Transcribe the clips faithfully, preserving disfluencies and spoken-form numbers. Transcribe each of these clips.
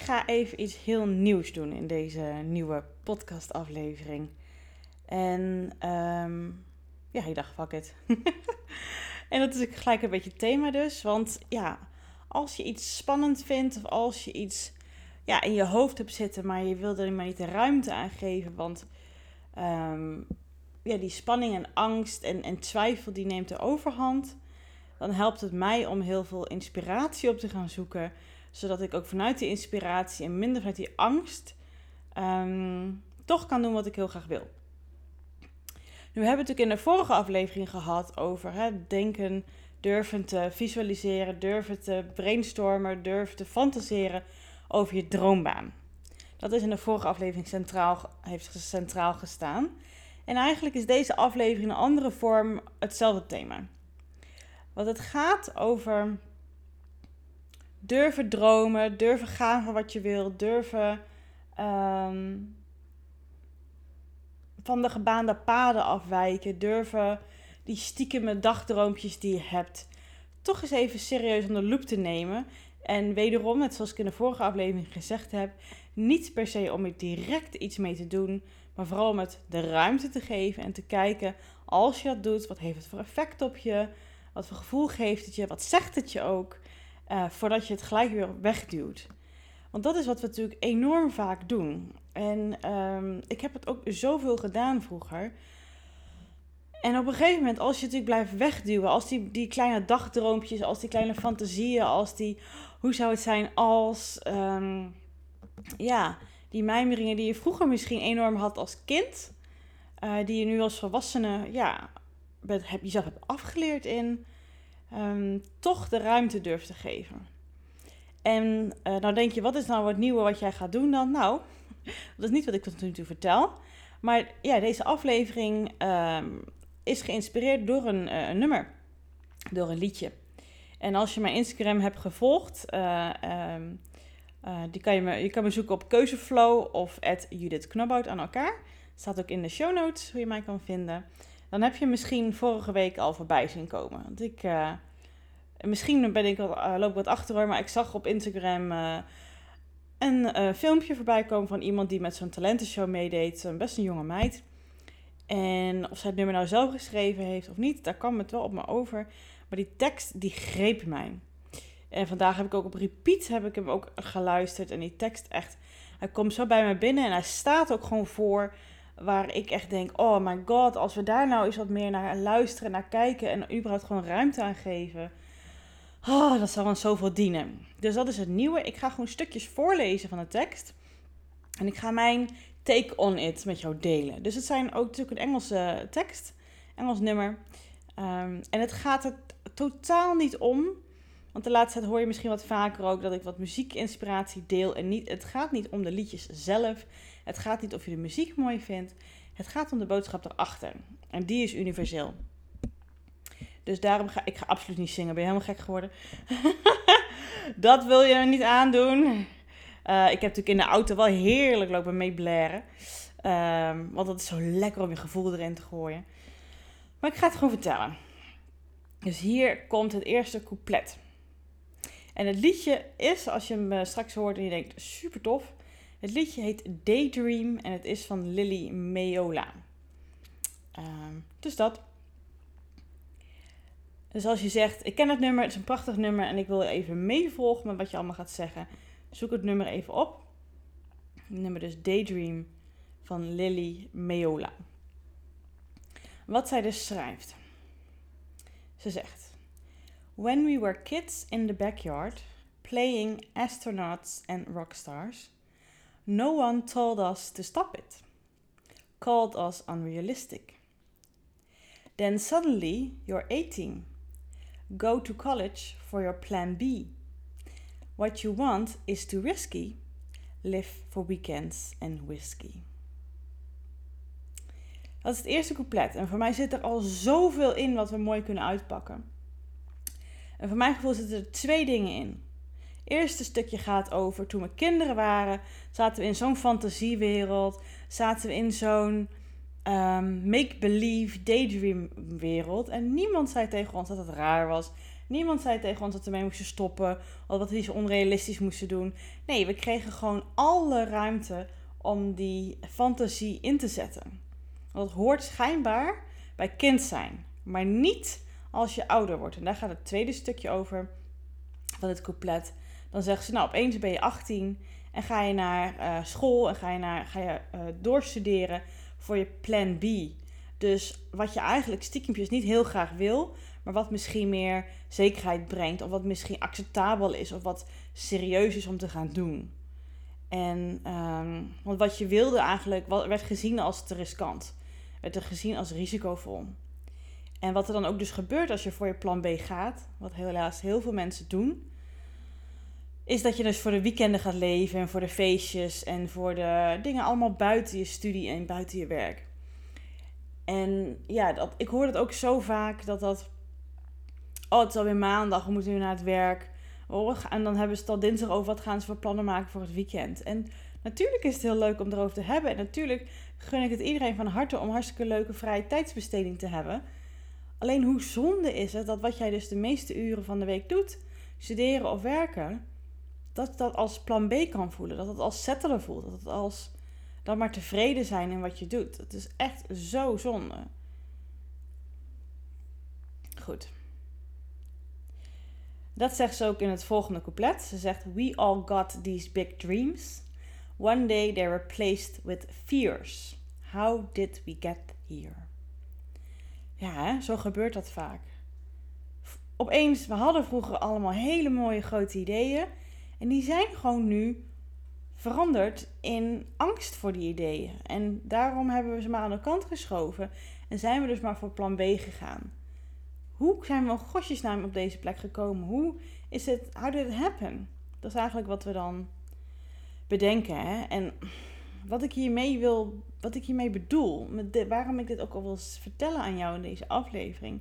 ga even iets heel nieuws doen in deze nieuwe podcastaflevering. En um, ja, ik dacht, fuck it. En dat is gelijk een beetje het thema dus. Want ja, als je iets spannend vindt of als je iets ja, in je hoofd hebt zitten, maar je wilt er maar niet de ruimte aan geven. Want um, ja, die spanning en angst en, en twijfel die neemt de overhand. Dan helpt het mij om heel veel inspiratie op te gaan zoeken. Zodat ik ook vanuit die inspiratie en minder vanuit die angst um, toch kan doen wat ik heel graag wil. Nu, we hebben het natuurlijk in de vorige aflevering gehad over hè, denken, durven te visualiseren, durven te brainstormen, durven te fantaseren over je droombaan. Dat is in de vorige aflevering centraal, heeft centraal gestaan. En eigenlijk is deze aflevering in een andere vorm hetzelfde thema. Want het gaat over durven dromen, durven gaan voor wat je wil, durven um, van de gebaande paden afwijken, durven die stiekeme dagdroompjes die je hebt toch eens even serieus onder de loep te nemen. En wederom, net zoals ik in de vorige aflevering gezegd heb, niet per se om er direct iets mee te doen, maar vooral om het de ruimte te geven en te kijken, als je dat doet, wat heeft het voor effect op je? Wat voor gevoel geeft het je? Wat zegt het je ook? Uh, voordat je het gelijk weer wegduwt. Want dat is wat we natuurlijk enorm vaak doen. En um, ik heb het ook zoveel gedaan vroeger. En op een gegeven moment, als je het natuurlijk blijft wegduwen, als die, die kleine dagdroompjes, als die kleine fantasieën, als die, hoe zou het zijn als, um, ja, die mijmeringen die je vroeger misschien enorm had als kind, uh, die je nu als volwassene, ja, bent, heb, jezelf hebt afgeleerd in, um, toch de ruimte durft te geven. En uh, nou denk je, wat is nou het nieuwe wat jij gaat doen dan? Nou, dat is niet wat ik tot nu toe vertel. Maar ja, deze aflevering uh, is geïnspireerd door een, uh, een nummer. Door een liedje. En als je mijn Instagram hebt gevolgd, uh, uh, uh, die kan je, me, je kan me zoeken op Keuzeflow of at Judith Knobhout aan elkaar. Staat ook in de show notes hoe je mij kan vinden. Dan heb je misschien vorige week al voorbij zien komen. Want ik... Uh, Misschien ben ik, uh, loop ik wat achter hoor, maar ik zag op Instagram uh, een uh, filmpje voorbij komen van iemand die met zo'n talentenshow meedeed. Een best een jonge meid. En of zij het nummer nou zelf geschreven heeft of niet, daar kwam het wel op me over. Maar die tekst, die greep mij. En vandaag heb ik ook op repeat heb ik hem ook geluisterd. En die tekst echt, hij komt zo bij me binnen en hij staat ook gewoon voor waar ik echt denk, oh my god, als we daar nou eens wat meer naar luisteren, naar kijken en überhaupt gewoon ruimte aan geven. Oh, dat zal ons zoveel dienen. Dus dat is het nieuwe. Ik ga gewoon stukjes voorlezen van de tekst. En ik ga mijn take on it met jou delen. Dus het zijn ook natuurlijk een Engelse tekst. Engels nummer. Um, en het gaat er totaal niet om. Want de laatste tijd hoor je misschien wat vaker ook dat ik wat muziekinspiratie deel. En niet, het gaat niet om de liedjes zelf. Het gaat niet of je de muziek mooi vindt. Het gaat om de boodschap erachter. En die is universeel. Dus daarom ga ik ga absoluut niet zingen. Ben je helemaal gek geworden? Dat wil je niet aandoen. Uh, ik heb natuurlijk in de auto wel heerlijk lopen meeblaren. Uh, want dat is zo lekker om je gevoel erin te gooien. Maar ik ga het gewoon vertellen. Dus hier komt het eerste couplet. En het liedje is, als je hem straks hoort en je denkt, super tof. Het liedje heet Daydream en het is van Lily Meola. Uh, dus dat. Dus als je zegt, ik ken het nummer, het is een prachtig nummer en ik wil even meevolgen met wat je allemaal gaat zeggen, zoek het nummer even op. Het nummer dus Daydream van Lily Meola. Wat zij dus schrijft. Ze zegt, When we were kids in the backyard, playing astronauts and rockstars, no one told us to stop it, called us unrealistic. Then suddenly you're eighteen. Go to college for your plan B. What you want is too risky. Live for weekends and whiskey. Dat is het eerste couplet. En voor mij zit er al zoveel in wat we mooi kunnen uitpakken. En voor mijn gevoel zitten er twee dingen in. Het eerste stukje gaat over toen we kinderen waren. Zaten we in zo'n fantasiewereld. Zaten we in zo'n Um, make-believe, daydream wereld. En niemand zei tegen ons dat het raar was. Niemand zei tegen ons dat we mee moesten stoppen of dat we iets onrealistisch moesten doen. Nee, we kregen gewoon alle ruimte om die fantasie in te zetten. Want het hoort schijnbaar bij kind zijn, maar niet als je ouder wordt. En daar gaat het tweede stukje over van het couplet. Dan zegt ze, nou opeens ben je achttien en ga je naar uh, school en ga je, naar, ga je uh, doorstuderen voor je plan B. Dus wat je eigenlijk stiekempjes niet heel graag wil, maar wat misschien meer zekerheid brengt of wat misschien acceptabel is of wat serieus is om te gaan doen. En um, want wat je wilde eigenlijk werd gezien als te riskant. Werd er gezien als risicovol. En wat er dan ook dus gebeurt als je voor je plan B gaat, wat helaas heel veel mensen doen, is dat je dus voor de weekenden gaat leven en voor de feestjes en voor de dingen allemaal buiten je studie en buiten je werk. En ja, dat, ik hoor het ook zo vaak dat dat, oh het is alweer maandag, we moeten nu naar het werk. Oh, en dan hebben ze het al dinsdag over wat gaan ze voor plannen maken voor het weekend. En natuurlijk is het heel leuk om erover te hebben. En natuurlijk gun ik het iedereen van harte om hartstikke leuke vrije tijdsbesteding te hebben. Alleen hoe zonde is het dat wat jij dus de meeste uren van de week doet, studeren of werken, dat dat als plan B kan voelen. Dat het als settelen voelt. Dat het als dan maar tevreden zijn in wat je doet. Het is echt zo zonde. Goed. Dat zegt ze ook in het volgende couplet. Ze zegt, we all got these big dreams. One day they were replaced with fears. How did we get here? Ja, hè? Zo gebeurt dat vaak. Opeens, we hadden vroeger allemaal hele mooie grote ideeën. En die zijn gewoon nu veranderd in angst voor die ideeën. En daarom hebben we ze maar aan de kant geschoven. En zijn we dus maar voor plan B gegaan. Hoe zijn we in godsjesnaam op deze plek gekomen? Hoe is het, how did it happen? Dat is eigenlijk wat we dan bedenken. Hè? En wat ik hiermee wil, wat ik hiermee bedoel, met de, waarom ik dit ook al wil vertellen aan jou in deze aflevering,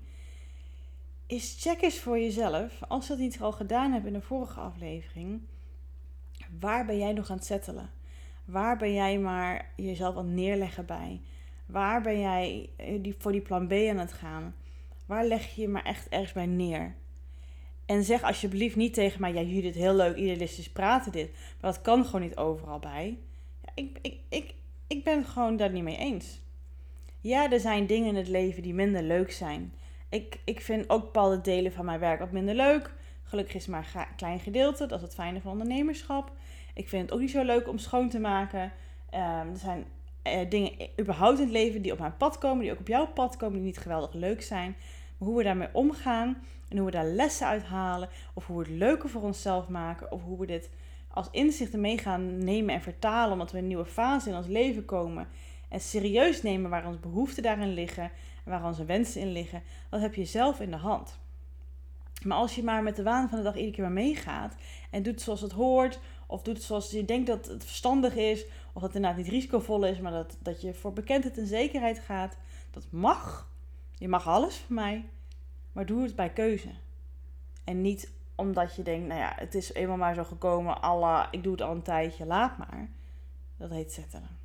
is check eens voor jezelf, als je dat niet al gedaan hebt in de vorige aflevering, waar ben jij nog aan het settelen? Waar ben jij maar jezelf aan het neerleggen bij? Waar ben jij die, voor die plan B aan het gaan? Waar leg je je maar echt ergens bij neer? En zeg alsjeblieft niet tegen mij, ja Judith, heel leuk, idealistisch praten dit, maar dat kan gewoon niet overal bij. Ja, ik, ik, ik, ik ben het gewoon daar niet mee eens. Ja, er zijn dingen in het leven die minder leuk zijn. Ik, ik vind ook bepaalde delen van mijn werk wat minder leuk. Gelukkig is het maar een klein gedeelte, dat is het fijne van ondernemerschap. Ik vind het ook niet zo leuk om schoon te maken. Um, er zijn uh, dingen überhaupt in het leven die op mijn pad komen, die ook op jouw pad komen, die niet geweldig leuk zijn. Maar hoe we daarmee omgaan en hoe we daar lessen uit halen, of hoe we het leuker voor onszelf maken, of hoe we dit als inzichten mee gaan nemen en vertalen, omdat we een nieuwe fase in ons leven komen. En serieus nemen waar onze behoeften daarin liggen en waar onze wensen in liggen, dat heb je zelf in de hand. Maar als je maar met de waan van de dag iedere keer maar meegaat en doet zoals het hoort, of doet zoals je denkt dat het verstandig is, of dat het inderdaad niet risicovol is, maar dat, dat je voor bekendheid en zekerheid gaat, dat mag. Je mag alles van mij, maar doe het bij keuze. En niet omdat je denkt, nou ja, het is eenmaal maar zo gekomen, Allah, ik doe het al een tijdje, laat maar. Dat heet settelen.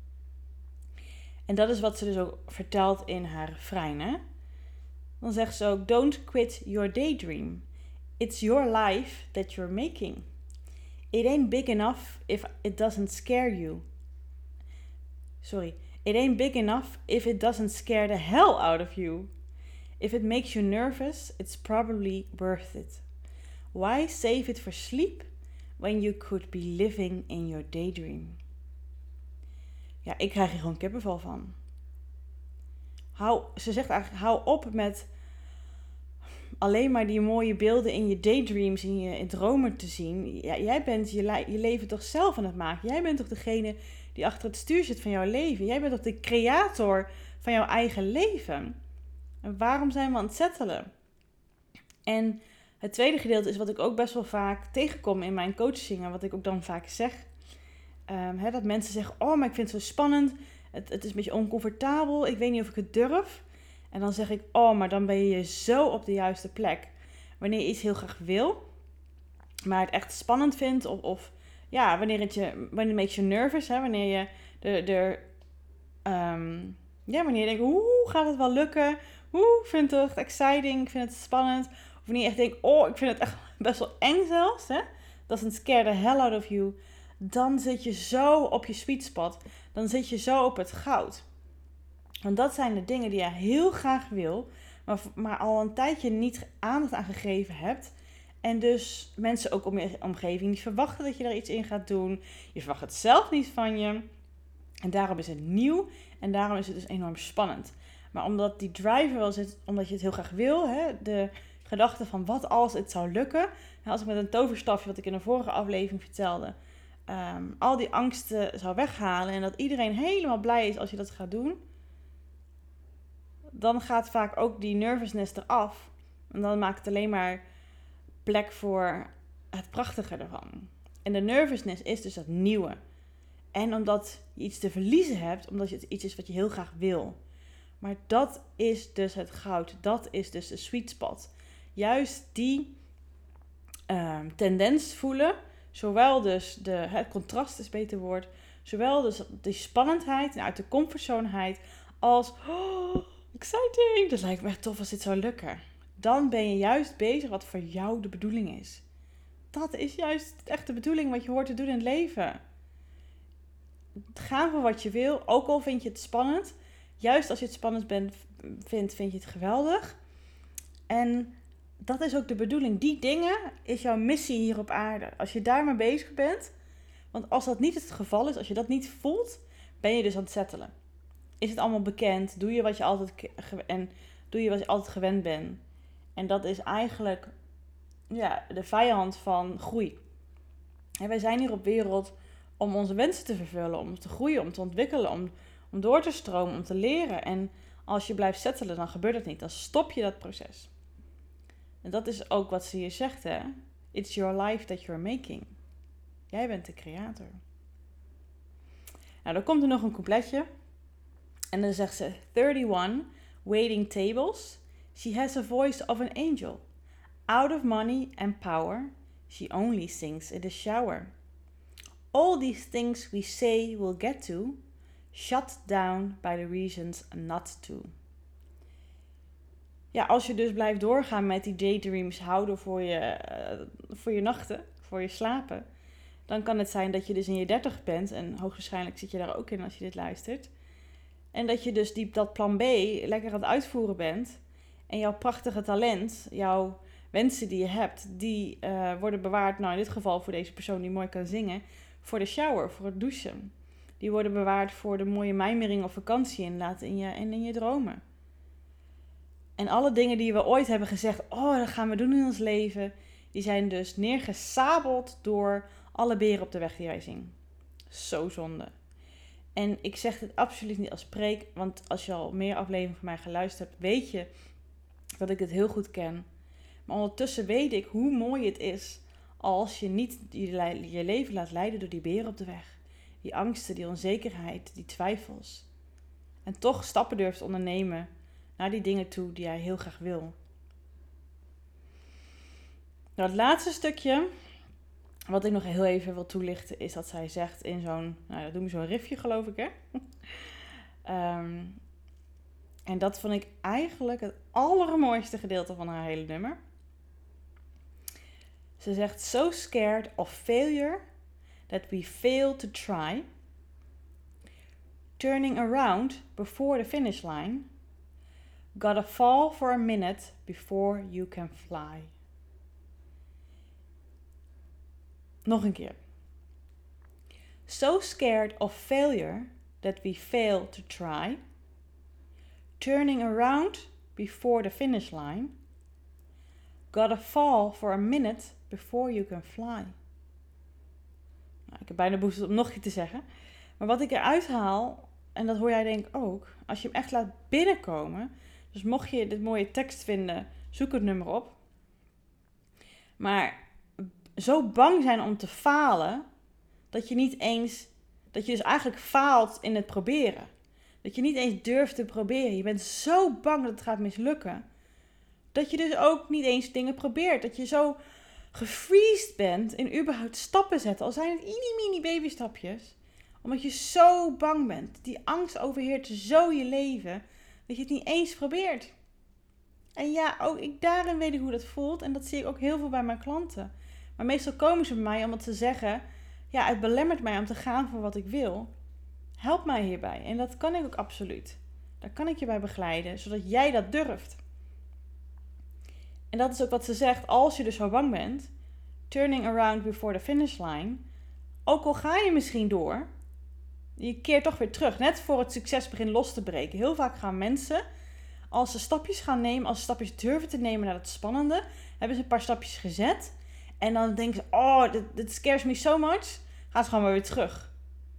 En dat is wat ze dus ook vertelt in haar refrein, hè? Dan zegt ze ook, don't quit your daydream. It's your life that you're making. It ain't big enough if it doesn't scare you. Sorry. It ain't big enough if it doesn't scare the hell out of you. If it makes you nervous, it's probably worth it. Why save it for sleep when you could be living in your daydream? Ja, ik krijg hier gewoon kippenvel van. Hou, ze zegt eigenlijk, hou op met alleen maar die mooie beelden in je daydreams, in je in dromen te zien. Ja, jij bent je, je leven toch zelf aan het maken. Jij bent toch degene die achter het stuur zit van jouw leven. Jij bent toch de creator van jouw eigen leven. En waarom zijn we aan het settelen? En het tweede gedeelte is wat ik ook best wel vaak tegenkom in mijn coachingen, wat ik ook dan vaak zeg. Um, hè, dat mensen zeggen, oh, maar ik vind het zo spannend. Het, het is een beetje oncomfortabel. Ik weet niet of ik het durf. En dan zeg ik, oh, maar dan ben je zo op de juiste plek. Wanneer je iets heel graag wil, maar het echt spannend vindt. Of, of ja, wanneer het je, wanneer het makes you nervous. Hè, wanneer je de, de, um, ja, wanneer je denkt, hoe gaat het wel lukken? Hoe vind ik het exciting? Ik vind het spannend. Of wanneer je echt denkt, oh, ik vind het echt best wel eng zelfs, hè. Doesn't scare the hell out of you. Dan zit je zo op je sweet spot. Dan zit je zo op het goud. Want dat zijn de dingen die je heel graag wil, maar, maar al een tijdje niet aandacht aan gegeven hebt. En dus mensen ook om je omgeving niet verwachten dat je daar iets in gaat doen. Je verwacht het zelf niet van je. En daarom is het nieuw en daarom is het dus enorm spannend. Maar omdat die drive wel zit, omdat je het heel graag wil, hè, de gedachte van wat als het zou lukken. Als ik met een toverstafje, wat ik in de vorige aflevering vertelde, um, al die angsten zou weghalen en dat iedereen helemaal blij is als je dat gaat doen, dan gaat vaak ook die nervousness eraf. En dan maakt het alleen maar plek voor het prachtige ervan. En de nervousness is dus dat nieuwe. En omdat je iets te verliezen hebt, omdat het iets is wat je heel graag wil. Maar dat is dus het goud. Dat is dus de sweet spot. Juist die uh, tendens voelen. Zowel dus de, het contrast is beter woord. Zowel dus die spannendheid en uit de comfortzoneheid. Als, oh, exciting. Dat lijkt me echt tof als dit zou lukken. Dan ben je juist bezig wat voor jou de bedoeling is. Dat is juist echt de bedoeling wat je hoort te doen in het leven. Gaan voor wat je wil, ook al vind je het spannend. Juist als je het spannend bent, vindt, vind je het geweldig. En dat is ook de bedoeling. Die dingen is jouw missie hier op aarde. Als je daar maar bezig bent. Want als dat niet het geval is, als je dat niet voelt, ben je dus aan het settelen. Is het allemaal bekend? Doe je wat je altijd, en doe je wat je altijd gewend bent? En dat is eigenlijk ja, de vijand van groei. En wij zijn hier op wereld om onze wensen te vervullen, om te groeien, om te ontwikkelen, om, om door te stromen, om te leren. En als je blijft settelen, dan gebeurt het niet. Dan stop je dat proces. En dat is ook wat ze hier zegt, hè. It's your life that you're making. Jij bent de creator. Nou, dan komt er nog een coupletje. En dan zegt ze, thirty-one, waiting tables. She has a voice of an angel. Out of money and power, she only sings in the shower. All these things we say we'll get to, shut down by the reasons not to. Ja, als je dus blijft doorgaan met die daydreams houden voor je, uh, voor je nachten, voor je slapen, dan kan het zijn dat je dus in je dertig bent, en hoogstwaarschijnlijk zit je daar ook in als je dit luistert, en dat je dus die, dat plan B lekker aan het uitvoeren bent, en jouw prachtige talent, jouw wensen die je hebt, die uh, worden bewaard, nou in dit geval voor deze persoon die mooi kan zingen, voor de shower, voor het douchen. Die worden bewaard voor de mooie mijmering of vakantie inlaten in je, en in je dromen. En alle dingen die we ooit hebben gezegd, oh, dat gaan we doen in ons leven, die zijn dus neergesabeld door alle beren op de weg die wij zien. Zo zonde. En ik zeg dit absoluut niet als preek, want als je al meer afleveringen van mij geluisterd hebt, weet je dat ik het heel goed ken. Maar ondertussen weet ik hoe mooi het is als je niet je, je leven laat leiden door die beren op de weg. Die angsten, die onzekerheid, die twijfels. En toch stappen durft ondernemen naar die dingen toe die jij heel graag wil. Nou, het laatste stukje, wat ik nog heel even wil toelichten, is dat zij zegt in zo'n, nou dat doen we zo'n riffje geloof ik hè. um, en dat vond ik eigenlijk het allermooiste gedeelte van haar hele nummer. Ze zegt, so scared of failure that we fail to try. Turning around before the finish line. Gotta fall for a minute before you can fly. Nog een keer. So scared of failure that we fail to try. Turning around before the finish line. Gotta fall for a minute before you can fly. Nou, ik heb bijna behoefte om nog iets te zeggen. Maar wat ik eruit haal, en dat hoor jij denk ik ook, als je hem echt laat binnenkomen. Dus mocht je dit mooie tekst vinden, zoek het nummer op. Maar zo bang zijn om te falen, dat je niet eens, dat je dus eigenlijk faalt in het proberen. Dat je niet eens durft te proberen. Je bent zo bang dat het gaat mislukken. Dat je dus ook niet eens dingen probeert. Dat je zo gefreezed bent in überhaupt stappen zetten. Al zijn het mini mini babystapjes. Omdat je zo bang bent. Die angst overheert zo je leven. Dat je het niet eens probeert. En ja, ook ik, daarin weet ik hoe dat voelt. En dat zie ik ook heel veel bij mijn klanten. Maar meestal komen ze bij mij omdat ze zeggen... Ja, het belemmert mij om te gaan voor wat ik wil. Help mij hierbij. En dat kan ik ook absoluut. Daar kan ik je bij begeleiden, zodat jij dat durft. En dat is ook wat ze zegt, als je dus zo bang bent... Turning around before the finish line. Ook al ga je misschien door... Je keert toch weer terug. Net voor het succes begint los te breken. Heel vaak gaan mensen... Als ze stapjes gaan nemen, als ze stapjes durven te nemen naar het spannende... Hebben ze een paar stapjes gezet... En dan denken ze, oh, dit, dit scares me so much. Gaan ze gewoon weer terug.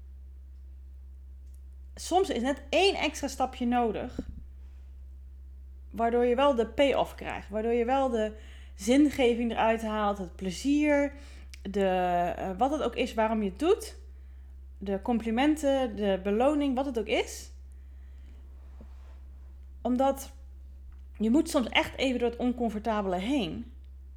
Soms is net één extra stapje nodig. Waardoor je wel de payoff krijgt. Waardoor je wel de zingeving eruit haalt. Het plezier. De, uh, wat het ook is waarom je het doet. De complimenten, de beloning, wat het ook is. Omdat je moet soms echt even door het oncomfortabele heen...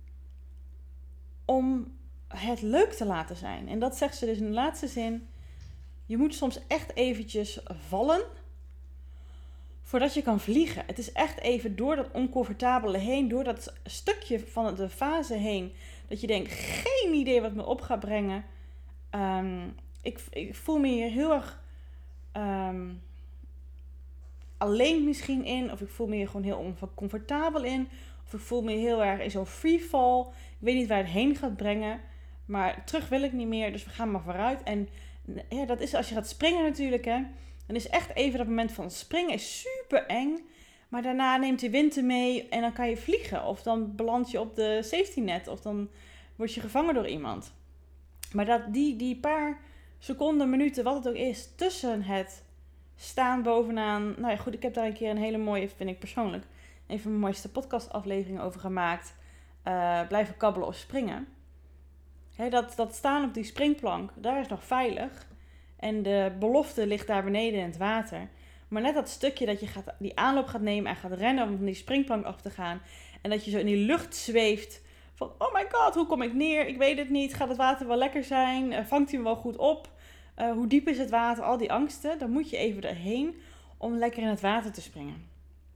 Om het leuk te laten zijn. En dat zegt ze dus in de laatste zin. Je moet soms echt eventjes vallen. Voordat je kan vliegen. Het is echt even door dat oncomfortabele heen. Door dat stukje van de fase heen. Dat je denkt, geen idee wat me op gaat brengen. Um, ik, ik voel me hier heel erg um, alleen misschien in. Of ik voel me hier gewoon heel oncomfortabel in. Of ik voel me heel erg in zo'n freefall. Ik weet niet waar het heen gaat brengen. Maar terug wil ik niet meer. Dus we gaan maar vooruit. En ja, dat is als je gaat springen natuurlijk. Hè. Dan is echt even dat moment van springen. Is super eng. Maar daarna neemt de wind er mee. En dan kan je vliegen. Of dan beland je op de safety net. Of dan word je gevangen door iemand. Maar dat die, die paar seconden, minuten, wat het ook is. Tussen het staan bovenaan. Nou ja, goed. Ik heb daar een keer een hele mooie, vind ik persoonlijk. Een van mijn mooiste podcastafleveringen over gemaakt. Uh, blijven kabbelen of springen. He, dat, dat staan op die springplank, daar is nog veilig. En de belofte ligt daar beneden in het water. Maar net dat stukje dat je gaat, die aanloop gaat nemen en gaat rennen om van die springplank af te gaan. En dat je zo in die lucht zweeft. Van, oh my god, hoe kom ik neer? Ik weet het niet. Gaat het water wel lekker zijn? Uh, vangt hij me wel goed op? Uh, hoe diep is het water? Al die angsten. Dan moet je even erheen om lekker in het water te springen.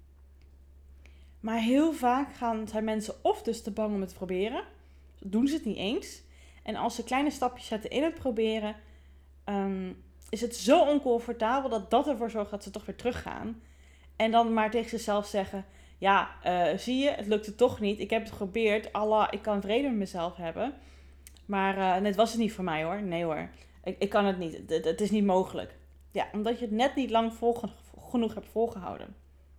Maar heel vaak gaan, zijn mensen of dus te bang om het te proberen. Dan doen ze het niet eens. En als ze kleine stapjes zetten in het proberen... Um, is het zo oncomfortabel dat dat ervoor zorgt dat ze toch weer teruggaan. En dan maar tegen zichzelf zeggen... Ja, uh, zie je, het lukte toch niet. Ik heb het geprobeerd. Allah, ik kan vrede met mezelf hebben. Maar uh, net was het niet voor mij hoor. Nee hoor, ik, ik kan het niet. Het, het, het is niet mogelijk. Ja, omdat je het net niet lang volge- genoeg hebt volgehouden.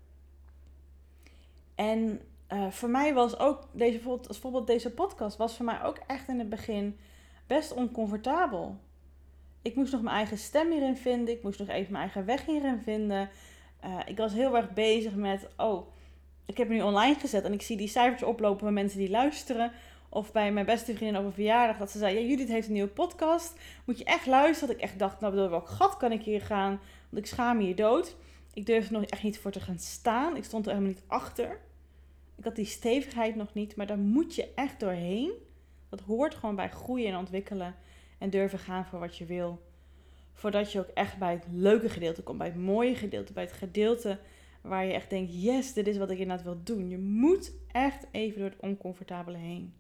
En uh, voor mij was ook, deze, bijvoorbeeld deze podcast, was voor mij ook echt in het begin best oncomfortabel. Ik moest nog mijn eigen stem hierin vinden. Ik moest nog even mijn eigen weg hierin vinden. Uh, ik was heel erg bezig met, oh, ik heb het nu online gezet en ik zie die cijfertjes oplopen van mensen die luisteren. Of bij mijn beste vriendin op een verjaardag dat ze zei, ja, Judith heeft een nieuwe podcast. Moet je echt luisteren? Dat ik echt dacht, nou, door welk gat kan ik hier gaan? Want ik schaam me hier dood. Ik durfde er nog echt niet voor te gaan staan. Ik stond er helemaal niet achter. Ik had die stevigheid nog niet, maar daar moet je echt doorheen. Dat hoort gewoon bij groeien en ontwikkelen en durven gaan voor wat je wil. Voordat je ook echt bij het leuke gedeelte komt, bij het mooie gedeelte, bij het gedeelte waar je echt denkt, yes, dit is wat ik inderdaad wil doen. Je moet echt even door het oncomfortabele heen.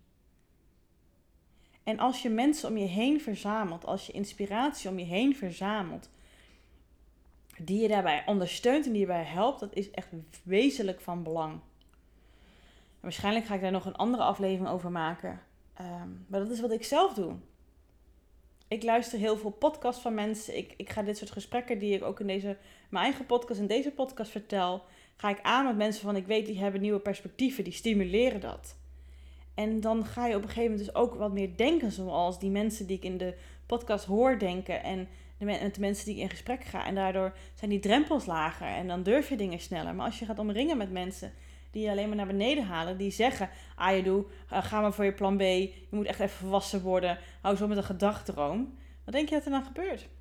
En als je mensen om je heen verzamelt, als je inspiratie om je heen verzamelt, die je daarbij ondersteunt en die je daarbij helpt, dat is echt wezenlijk van belang. Waarschijnlijk ga ik daar nog een andere aflevering over maken. Um, maar dat is wat ik zelf doe. Ik luister heel veel podcasts van mensen. Ik, ik ga dit soort gesprekken die ik ook in deze, mijn eigen podcast en deze podcast vertel, ga ik aan met mensen van ik weet die hebben nieuwe perspectieven, die stimuleren dat. En dan ga je op een gegeven moment dus ook wat meer denken zoals die mensen die ik in de podcast hoor denken en de, met de mensen die ik in gesprek ga. En daardoor zijn die drempels lager en dan durf je dingen sneller. Maar als je gaat omringen met mensen die je alleen maar naar beneden halen, die zeggen, Ayadu, uh, ga maar voor je plan B, je moet echt even volwassen worden, hou zo met een gedachdroom. Wat denk je dat er dan gebeurt?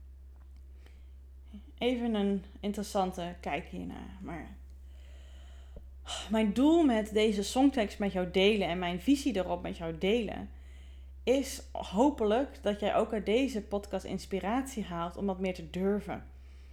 Even een interessante kijk hiernaar. Maar mijn doel met deze songtekst met jou delen en mijn visie erop met jou delen, is hopelijk dat jij ook uit deze podcast inspiratie haalt om wat meer te durven.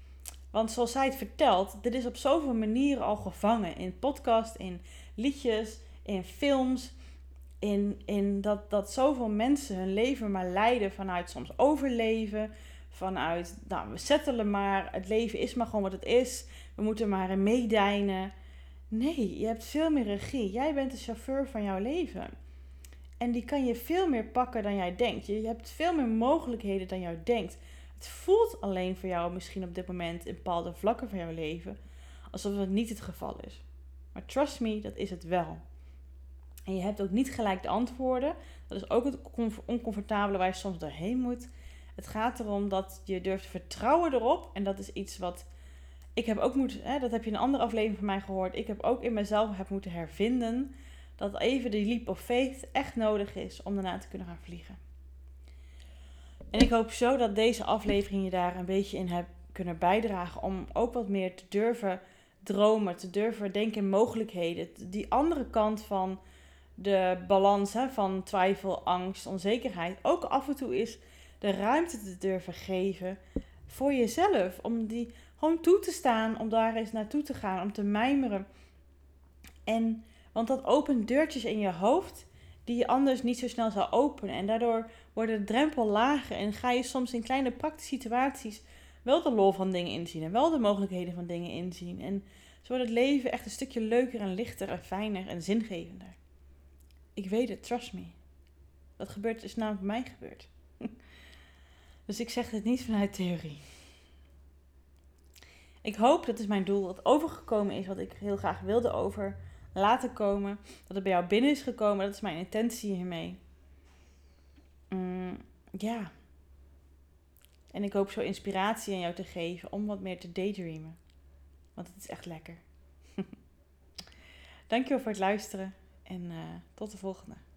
Want zoals zij het vertelt, dit is op zoveel manieren al gevangen. In podcast, in liedjes, in films. In, in dat, dat zoveel mensen hun leven maar leiden vanuit soms overleven. Vanuit, nou, we settelen maar. Het leven is maar gewoon wat het is. We moeten maar in meedijnen. Nee, je hebt veel meer regie. Jij bent de chauffeur van jouw leven. En die kan je veel meer pakken dan jij denkt. Je hebt veel meer mogelijkheden dan jij denkt. Het voelt alleen voor jou misschien op dit moment in bepaalde vlakken van jouw leven alsof het niet het geval is. Maar trust me, dat is het wel. En je hebt ook niet gelijk de antwoorden. Dat is ook het oncomfortabele waar je soms doorheen moet. Het gaat erom dat je durft te vertrouwen erop. En dat is iets wat ik heb ook moeten, hè, dat heb je in een andere aflevering van mij gehoord. Ik heb ook in mezelf heb moeten hervinden dat even die leap of faith echt nodig is om daarna te kunnen gaan vliegen. En ik hoop zo dat deze aflevering je daar een beetje in hebt kunnen bijdragen om ook wat meer te durven dromen, te durven denken in mogelijkheden. Die andere kant van de balans, hè, van twijfel, angst, onzekerheid, ook af en toe is de ruimte te durven geven voor jezelf. Om die gewoon toe te staan, om daar eens naartoe te gaan, om te mijmeren. En, want dat opent deurtjes in je hoofd die je anders niet zo snel zou openen. En daardoor wordt de drempel lager en ga je soms in kleine praktische situaties wel de lol van dingen inzien en wel de mogelijkheden van dingen inzien. En zo wordt het leven echt een stukje leuker en lichter en fijner en zingevender. Ik weet het, trust me. Dat gebeurt, is namelijk bij mij gebeurd. Dus ik zeg het niet vanuit theorie. Ik hoop, dat is mijn doel, dat overgekomen is wat ik heel graag wilde over laten komen. Dat het bij jou binnen is gekomen. Dat is mijn intentie hiermee. Mm, ja. En ik hoop zo inspiratie aan jou te geven om wat meer te daydreamen. Want het is echt lekker. Dankjewel voor het luisteren. En uh, tot de volgende.